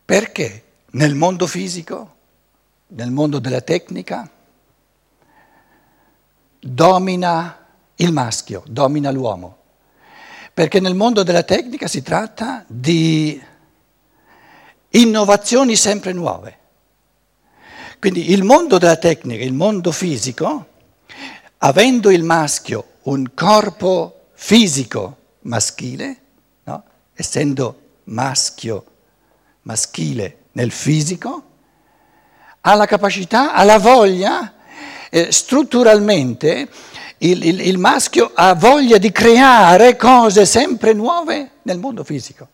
Perché nel mondo fisico, nel mondo della tecnica, domina il maschio, domina l'uomo. Perché nel mondo della tecnica si tratta di innovazioni sempre nuove. Quindi il mondo della tecnica, il mondo fisico, avendo il maschio un corpo fisico maschile, no? Essendo maschile nel fisico, ha la capacità, ha la voglia, strutturalmente il maschio ha voglia di creare cose sempre nuove nel mondo fisico.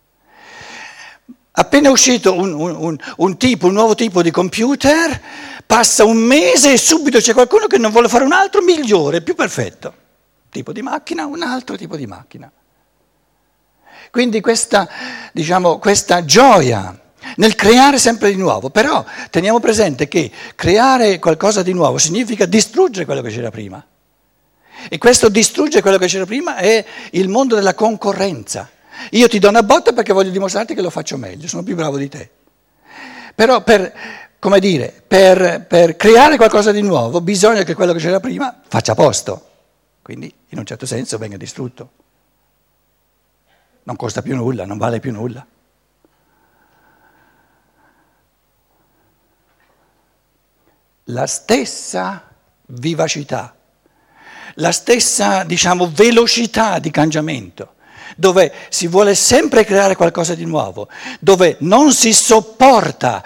Appena uscito un nuovo tipo di computer, passa un mese e subito c'è qualcuno che non vuole fare un altro migliore, più perfetto. Tipo di macchina, un altro tipo di macchina. Quindi questa gioia nel creare sempre di nuovo, però teniamo presente che creare qualcosa di nuovo significa distruggere quello che c'era prima. E questo distruggere quello che c'era prima è il mondo della concorrenza. Io ti do una botta perché voglio dimostrarti che lo faccio meglio, sono più bravo di te. Però per creare qualcosa di nuovo bisogna che quello che c'era prima faccia posto, quindi in un certo senso venga distrutto. Non costa più nulla, non vale più nulla. La stessa vivacità, la stessa, velocità di cambiamento, dove si vuole sempre creare qualcosa di nuovo, dove non si sopporta,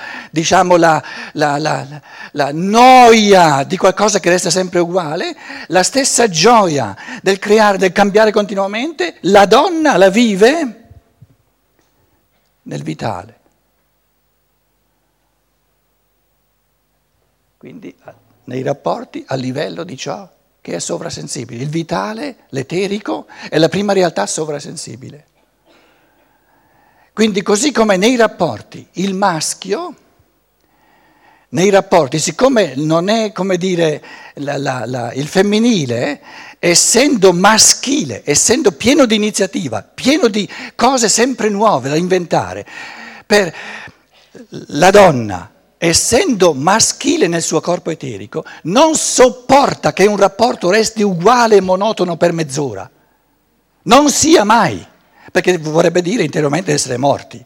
la noia di qualcosa che resta sempre uguale, la stessa gioia del creare, del cambiare continuamente, la donna la vive nel vitale. Quindi nei rapporti a livello di ciò che è sovrasensibile. Il vitale, l'eterico, è la prima realtà sovrasensibile. Quindi così come nei rapporti il maschio, nei rapporti, siccome non è, il femminile, essendo maschile, essendo pieno di iniziativa, pieno di cose sempre nuove da inventare, per la donna, essendo maschile nel suo corpo eterico, non sopporta che un rapporto resti uguale e monotono per mezz'ora. Non sia mai, perché vorrebbe dire interiormente essere morti.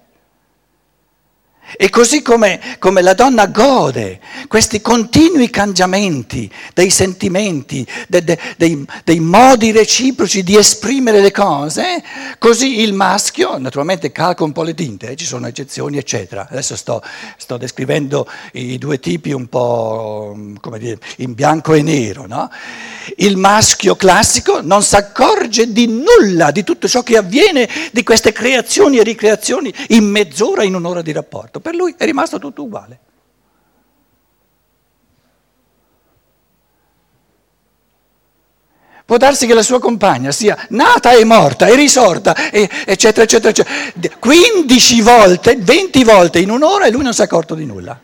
E così come la donna gode questi continui cambiamenti dei sentimenti, dei modi reciproci di esprimere le cose, così il maschio, naturalmente calca un po' le tinte, ci sono eccezioni eccetera. Adesso sto descrivendo i due tipi un po' in bianco e nero, no? Il maschio classico non si accorge di nulla, di tutto ciò che avviene, di queste creazioni e ricreazioni in mezz'ora, in un'ora di rapporto. Per lui è rimasto tutto uguale. Può darsi che la sua compagna sia nata e morta e risorta, eccetera, eccetera, eccetera. 15 volte, 20 volte in un'ora e lui non si è accorto di nulla.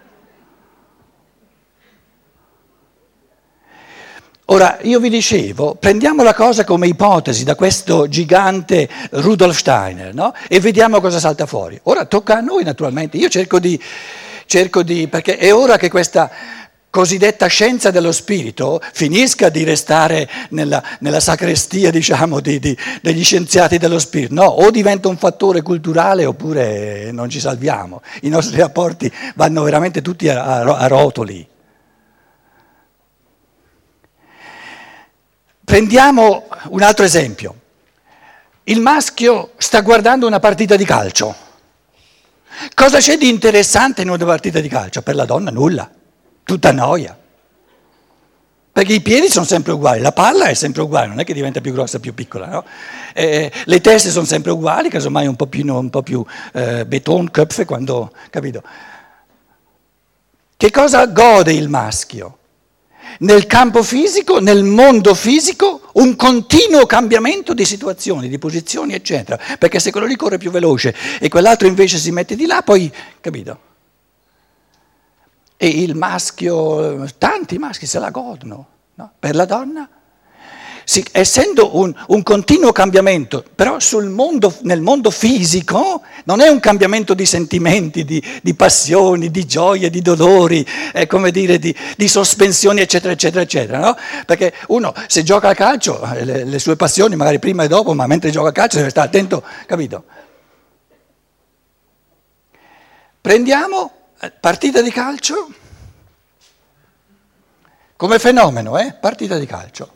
Ora, io vi dicevo, prendiamo la cosa come ipotesi da questo gigante Rudolf Steiner, no? E vediamo cosa salta fuori. Ora tocca a noi naturalmente, io cerco di, perché è ora che questa cosiddetta scienza dello spirito finisca di restare nella sacrestia, degli scienziati dello spirito. No, o diventa un fattore culturale oppure non ci salviamo. I nostri rapporti vanno veramente tutti a rotoli. Prendiamo un altro esempio. Il maschio sta guardando una partita di calcio. Cosa c'è di interessante in una partita di calcio? Per la donna nulla, tutta noia. Perché i piedi sono sempre uguali, la palla è sempre uguale, non è che diventa più grossa o più piccola, no? Le teste sono sempre uguali, casomai un po' più Betonköpfe quando, capito? Che cosa gode il maschio? Nel campo fisico, nel mondo fisico, un continuo cambiamento di situazioni, di posizioni, eccetera. Perché se quello lì corre più veloce e quell'altro invece si mette di là, poi, capito? E il maschio, tanti maschi se la godono, no? Per la donna essendo un continuo cambiamento, però nel mondo fisico non è un cambiamento di sentimenti, di passioni, di gioie, di dolori, come dire, di sospensioni, eccetera, eccetera, eccetera, no? Perché uno, se gioca a calcio, le sue passioni magari prima e dopo, ma mentre gioca a calcio deve stare attento, capito? Prendiamo partita di calcio come fenomeno, partita di calcio.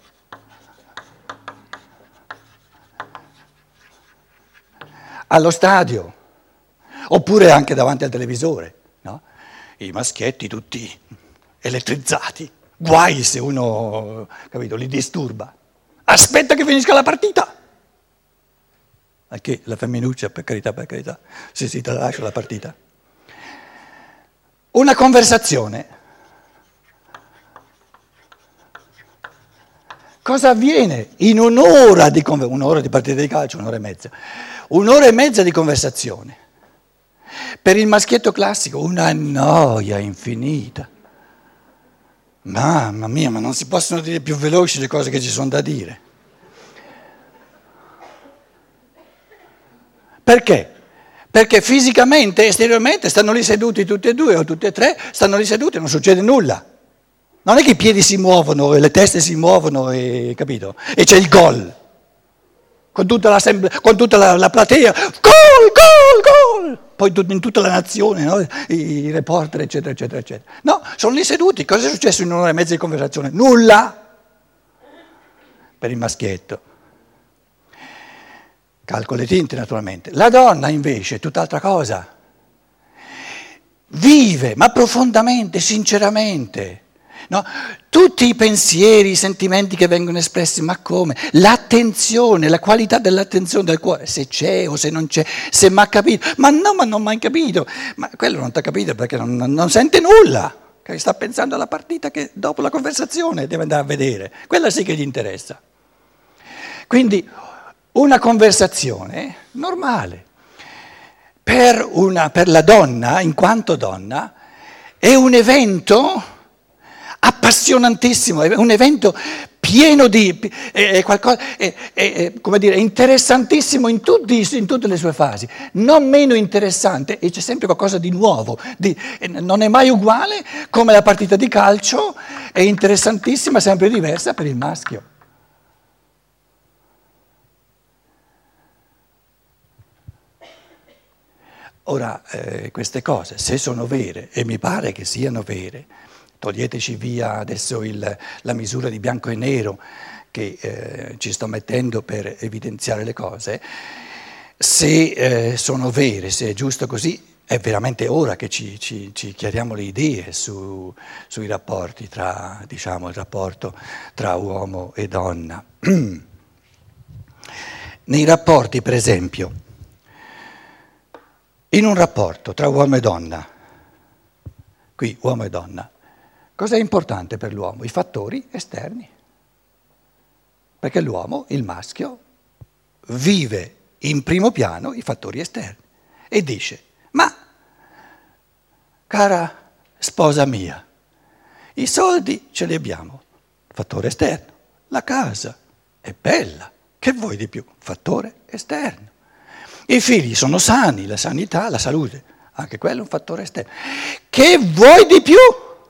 Allo stadio, oppure anche davanti al televisore, no? I maschietti tutti elettrizzati, guai se uno, capito, li disturba. Aspetta che finisca la partita. Anche la femminuccia, per carità, si te la lascia la partita. Una conversazione. Cosa avviene in un'ora di partita di calcio, un'ora e mezza? Un'ora e mezza di conversazione. Per il maschietto classico una noia infinita. Mamma mia, ma non si possono dire più veloci le cose che ci sono da dire. Perché? Perché fisicamente, esteriormente, stanno lì seduti tutti e due o tutti e tre, stanno lì seduti e non succede nulla. Non è che i piedi si muovono e le teste si muovono, capito? E c'è il gol. Con tutta la platea, gol! Poi in tutta la nazione, no? I reporter, eccetera, eccetera, eccetera. No, sono lì seduti. Cosa è successo in un'ora e mezza di conversazione? Nulla per il maschietto. Calco le tinte, naturalmente. La donna, invece, è tutt'altra cosa. Vive, ma profondamente, sinceramente. No? Tutti i pensieri, i sentimenti che vengono espressi, ma come? L'attenzione, la qualità dell'attenzione del cuore, se c'è o se non c'è, se mi ha capito, ma non ho mai capito, ma quello non ti ha capito perché non sente nulla, che sta pensando alla partita che dopo la conversazione deve andare a vedere, quella sì che gli interessa. Quindi una conversazione normale per la donna, in quanto donna, è un evento appassionantissimo, è un evento pieno di come dire, interessantissimo in tutte le sue fasi, non meno interessante, e c'è sempre qualcosa di nuovo, non è mai uguale, come la partita di calcio è interessantissima, sempre diversa per il maschio. Ora, queste cose, se sono vere, e mi pare che siano vere, toglieteci via adesso la misura di bianco e nero che ci sto mettendo per evidenziare le cose, se sono vere, se è giusto così, è veramente ora che ci chiariamo le idee sui rapporti il rapporto tra uomo e donna. Nei rapporti, per esempio, in un rapporto tra uomo e donna, qui uomo e donna, cosa è importante per l'uomo? I fattori esterni. Perché l'uomo, il maschio, vive in primo piano i fattori esterni e dice, ma cara sposa mia, i soldi ce li abbiamo, fattore esterno, la casa è bella, che vuoi di più? Fattore esterno. I figli sono sani, la sanità, la salute, anche quello è un fattore esterno. Che vuoi di più?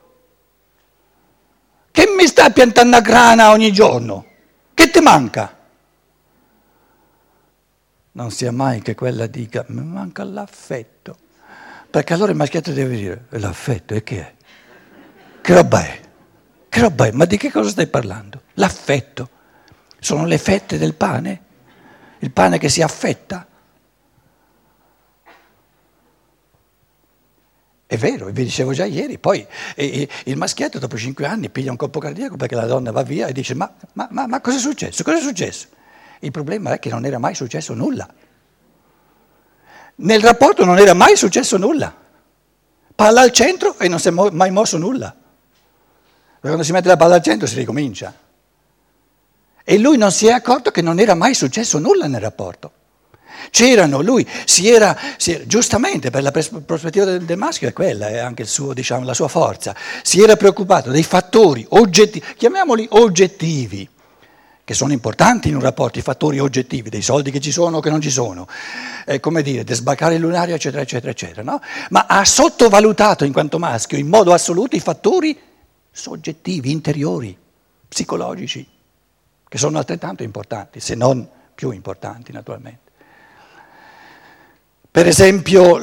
Che mi sta piantando a grana ogni giorno? Che ti manca? Non sia mai che quella dica, mi manca l'affetto. Perché allora il maschietto deve dire, l'affetto e che è? Che roba è? Che roba è? Ma di che cosa stai parlando? L'affetto. Sono le fette del pane? Il pane che si affetta? È vero, vi dicevo già ieri, poi il maschietto dopo 5 anni piglia un colpo cardiaco perché la donna va via e dice ma cosa è successo? Cosa è successo? Il problema è che non era mai successo nulla. Nel rapporto non era mai successo nulla. Palla al centro e non si è mai mosso nulla. Perché quando si mette la palla al centro si ricomincia. E lui non si è accorto che non era mai successo nulla nel rapporto. Lui si era giustamente per la prospettiva del maschio è quella, è anche la sua forza, si era preoccupato dei fattori oggettivi, chiamiamoli oggettivi, che sono importanti in un rapporto, i fattori oggettivi, dei soldi che ci sono o che non ci sono, come dire, di sbarcare il lunario, eccetera, eccetera, eccetera, no? Ma ha sottovalutato in quanto maschio, in modo assoluto, i fattori soggettivi, interiori, psicologici, che sono altrettanto importanti, se non più importanti naturalmente. Per esempio,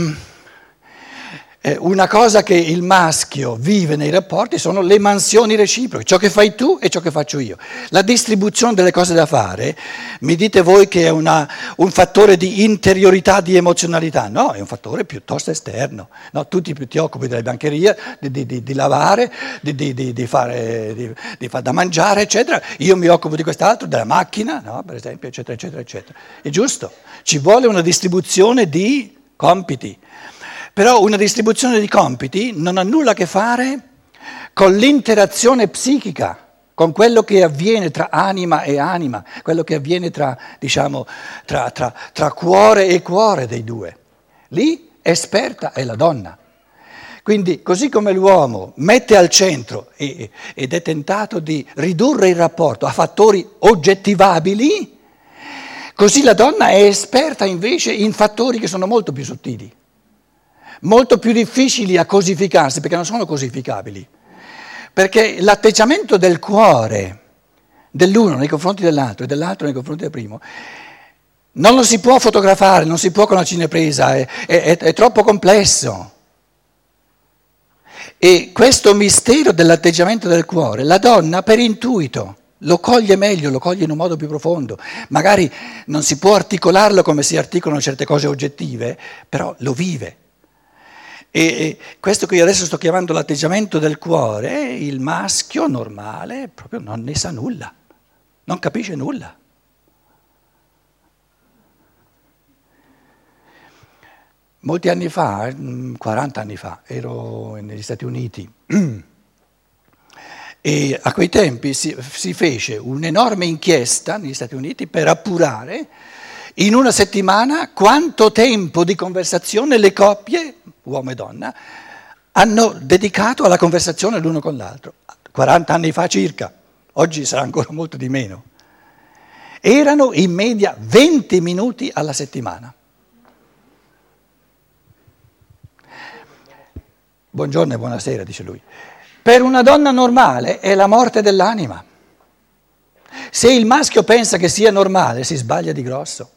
una cosa che il maschio vive nei rapporti sono le mansioni reciproche, ciò che fai tu e ciò che faccio io. La distribuzione delle cose da fare, mi dite voi che è un fattore di interiorità, di emozionalità? No, è un fattore piuttosto esterno. No, tu ti occupi della biancheria, di lavare, di fare da mangiare, eccetera. Io mi occupo di quest'altro, della macchina, no, per esempio, eccetera, eccetera, eccetera. È giusto, ci vuole una distribuzione di compiti. Però una distribuzione di compiti non ha nulla a che fare con l'interazione psichica, con quello che avviene tra anima e anima, quello che avviene tra cuore e cuore dei due. Lì esperta è la donna. Quindi così come l'uomo mette al centro ed è tentato di ridurre il rapporto a fattori oggettivabili, così la donna è esperta invece in fattori che sono molto più sottili. Molto più difficili a cosificarsi, perché non sono cosificabili, perché l'atteggiamento del cuore dell'uno nei confronti dell'altro e dell'altro nei confronti del primo non lo si può fotografare, non si può con la cinepresa, è troppo complesso. E questo mistero dell'atteggiamento del cuore, la donna per intuito lo coglie meglio, lo coglie in un modo più profondo, magari non si può articolarlo come si articolano certe cose oggettive, però lo vive. E questo che io adesso sto chiamando l'atteggiamento del cuore, il maschio normale proprio non ne sa nulla, non capisce nulla. Molti anni fa, 40 anni fa, ero negli Stati Uniti e a quei tempi si fece un'enorme inchiesta negli Stati Uniti per appurare in una settimana quanto tempo di conversazione le coppie, uomo e donna, hanno dedicato alla conversazione l'uno con l'altro. 40 anni fa circa, oggi sarà ancora molto di meno. Erano in media 20 minuti alla settimana. Buongiorno e buonasera, dice lui. Per una donna normale è la morte dell'anima. Se il maschio pensa che sia normale, si sbaglia di grosso.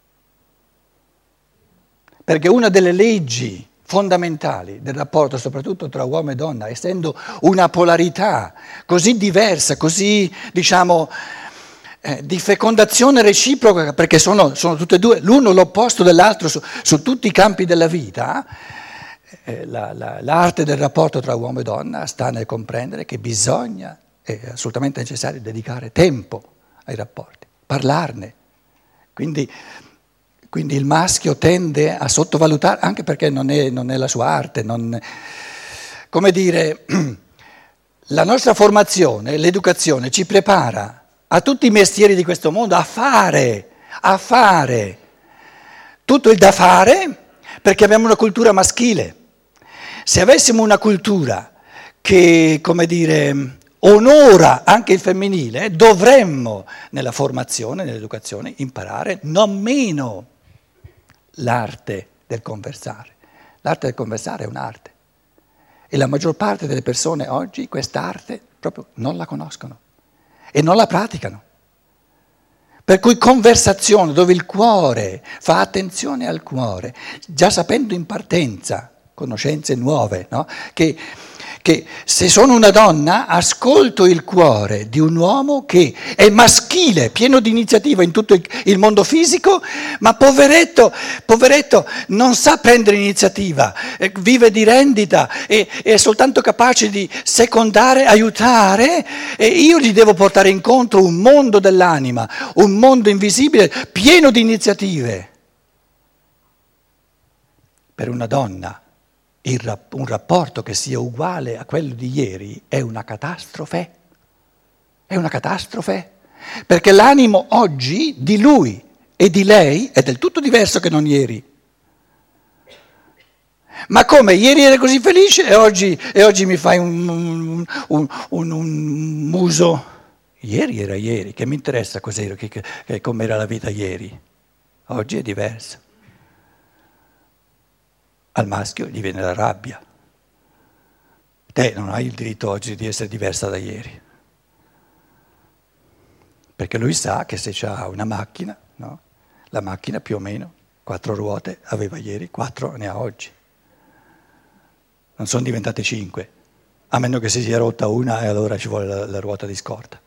Perché una delle leggi fondamentali del rapporto, soprattutto tra uomo e donna, essendo una polarità così diversa, così, di fecondazione reciproca, perché sono tutte e due l'uno l'opposto dell'altro su tutti i campi della vita, l'arte del rapporto tra uomo e donna sta nel comprendere che bisogna, è assolutamente necessario, dedicare tempo ai rapporti, parlarne. Quindi il maschio tende a sottovalutare, anche perché non è la sua arte, come dire, la nostra formazione, l'educazione ci prepara a tutti i mestieri di questo mondo, a fare, tutto il da fare, perché abbiamo una cultura maschile. Se avessimo una cultura che, come dire, onora anche il femminile, dovremmo nella formazione, nell'educazione, imparare non meno l'arte del conversare. L'arte del conversare è un'arte e la maggior parte delle persone oggi quest'arte proprio non la conoscono e non la praticano. Per cui conversazione dove il cuore fa attenzione al cuore, già sapendo in partenza conoscenze nuove, no? Che se sono una donna ascolto il cuore di un uomo che è maschile, pieno di iniziativa in tutto il mondo fisico, ma poveretto non sa prendere iniziativa, vive di rendita e è soltanto capace di secondare, aiutare, e io gli devo portare incontro un mondo dell'anima, un mondo invisibile pieno di iniziative. Per una donna un rapporto che sia uguale a quello di ieri è una catastrofe, perché l'animo oggi di lui e di lei è del tutto diverso che non ieri. Ma come? Ieri eri così felice e oggi mi fai un muso Ieri era ieri, che mi interessa cos'era, com'era la vita ieri. Oggi è diversa. Al maschio gli viene la rabbia. Te non hai il diritto oggi di essere diversa da ieri. Perché lui sa che se c'ha una macchina, no? La macchina più o meno, 4 ruote, aveva ieri, 4 ne ha oggi. Non sono diventate 5, a meno che si sia rotta una e allora ci vuole la ruota di scorta.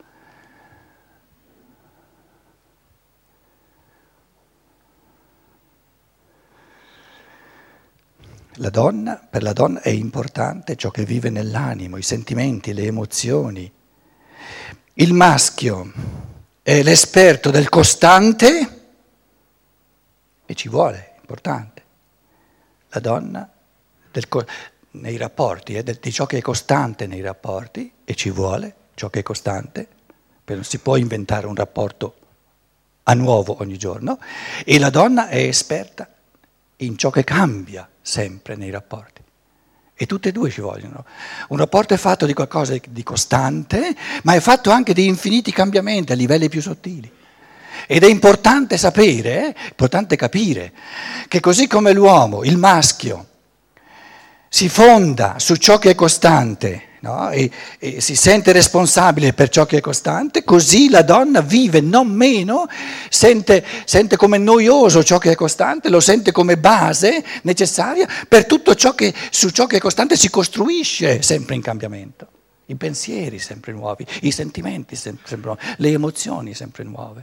Per la donna è importante ciò che vive nell'animo, i sentimenti, le emozioni. Il maschio è l'esperto del costante e ci vuole, è importante. La donna nei rapporti, di ciò che è costante nei rapporti e ci vuole ciò che è costante, perché non si può inventare un rapporto a nuovo ogni giorno, e la donna è esperta in ciò che cambia sempre nei rapporti. E tutte e due ci vogliono. Un rapporto è fatto di qualcosa di costante, ma è fatto anche di infiniti cambiamenti a livelli più sottili. Ed è importante sapere, importante capire, che così come l'uomo, il maschio, si fonda su ciò che è costante, no? e si sente responsabile per ciò che è costante, così la donna vive non meno, sente come noioso ciò che è costante, lo sente come base necessaria per tutto ciò che su ciò che è costante si costruisce sempre in cambiamento. I pensieri sempre nuovi, i sentimenti sempre nuovi, le emozioni sempre nuove.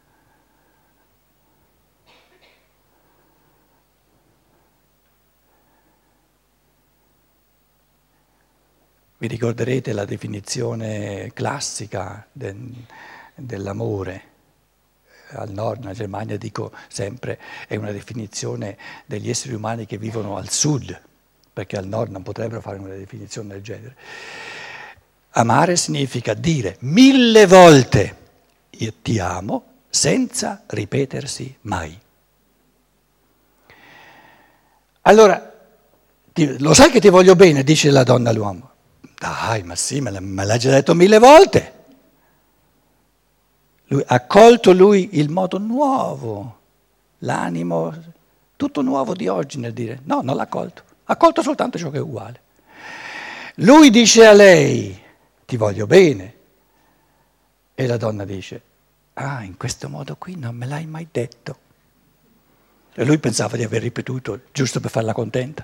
Vi ricorderete la definizione classica dell'amore. Al nord, in Germania, dico sempre, è una definizione degli esseri umani che vivono al sud, perché al nord non potrebbero fare una definizione del genere. Amare significa dire 1000 volte io ti amo senza ripetersi mai. Allora, lo sai che ti voglio bene, dice la donna all'uomo. Dai, ma sì, me l'ha già detto 1000 volte. Ha colto lui il modo nuovo, l'animo, tutto nuovo di oggi nel dire. No, non l'ha colto. Ha colto soltanto ciò che è uguale. Lui dice a lei, ti voglio bene. E la donna dice, in questo modo qui non me l'hai mai detto. E lui pensava di aver ripetuto giusto per farla contenta.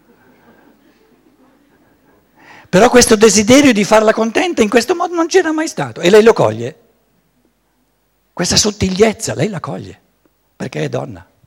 Però questo desiderio di farla contenta in questo modo non c'era mai stato. E lei lo coglie. Questa sottigliezza, lei la coglie, perché è donna.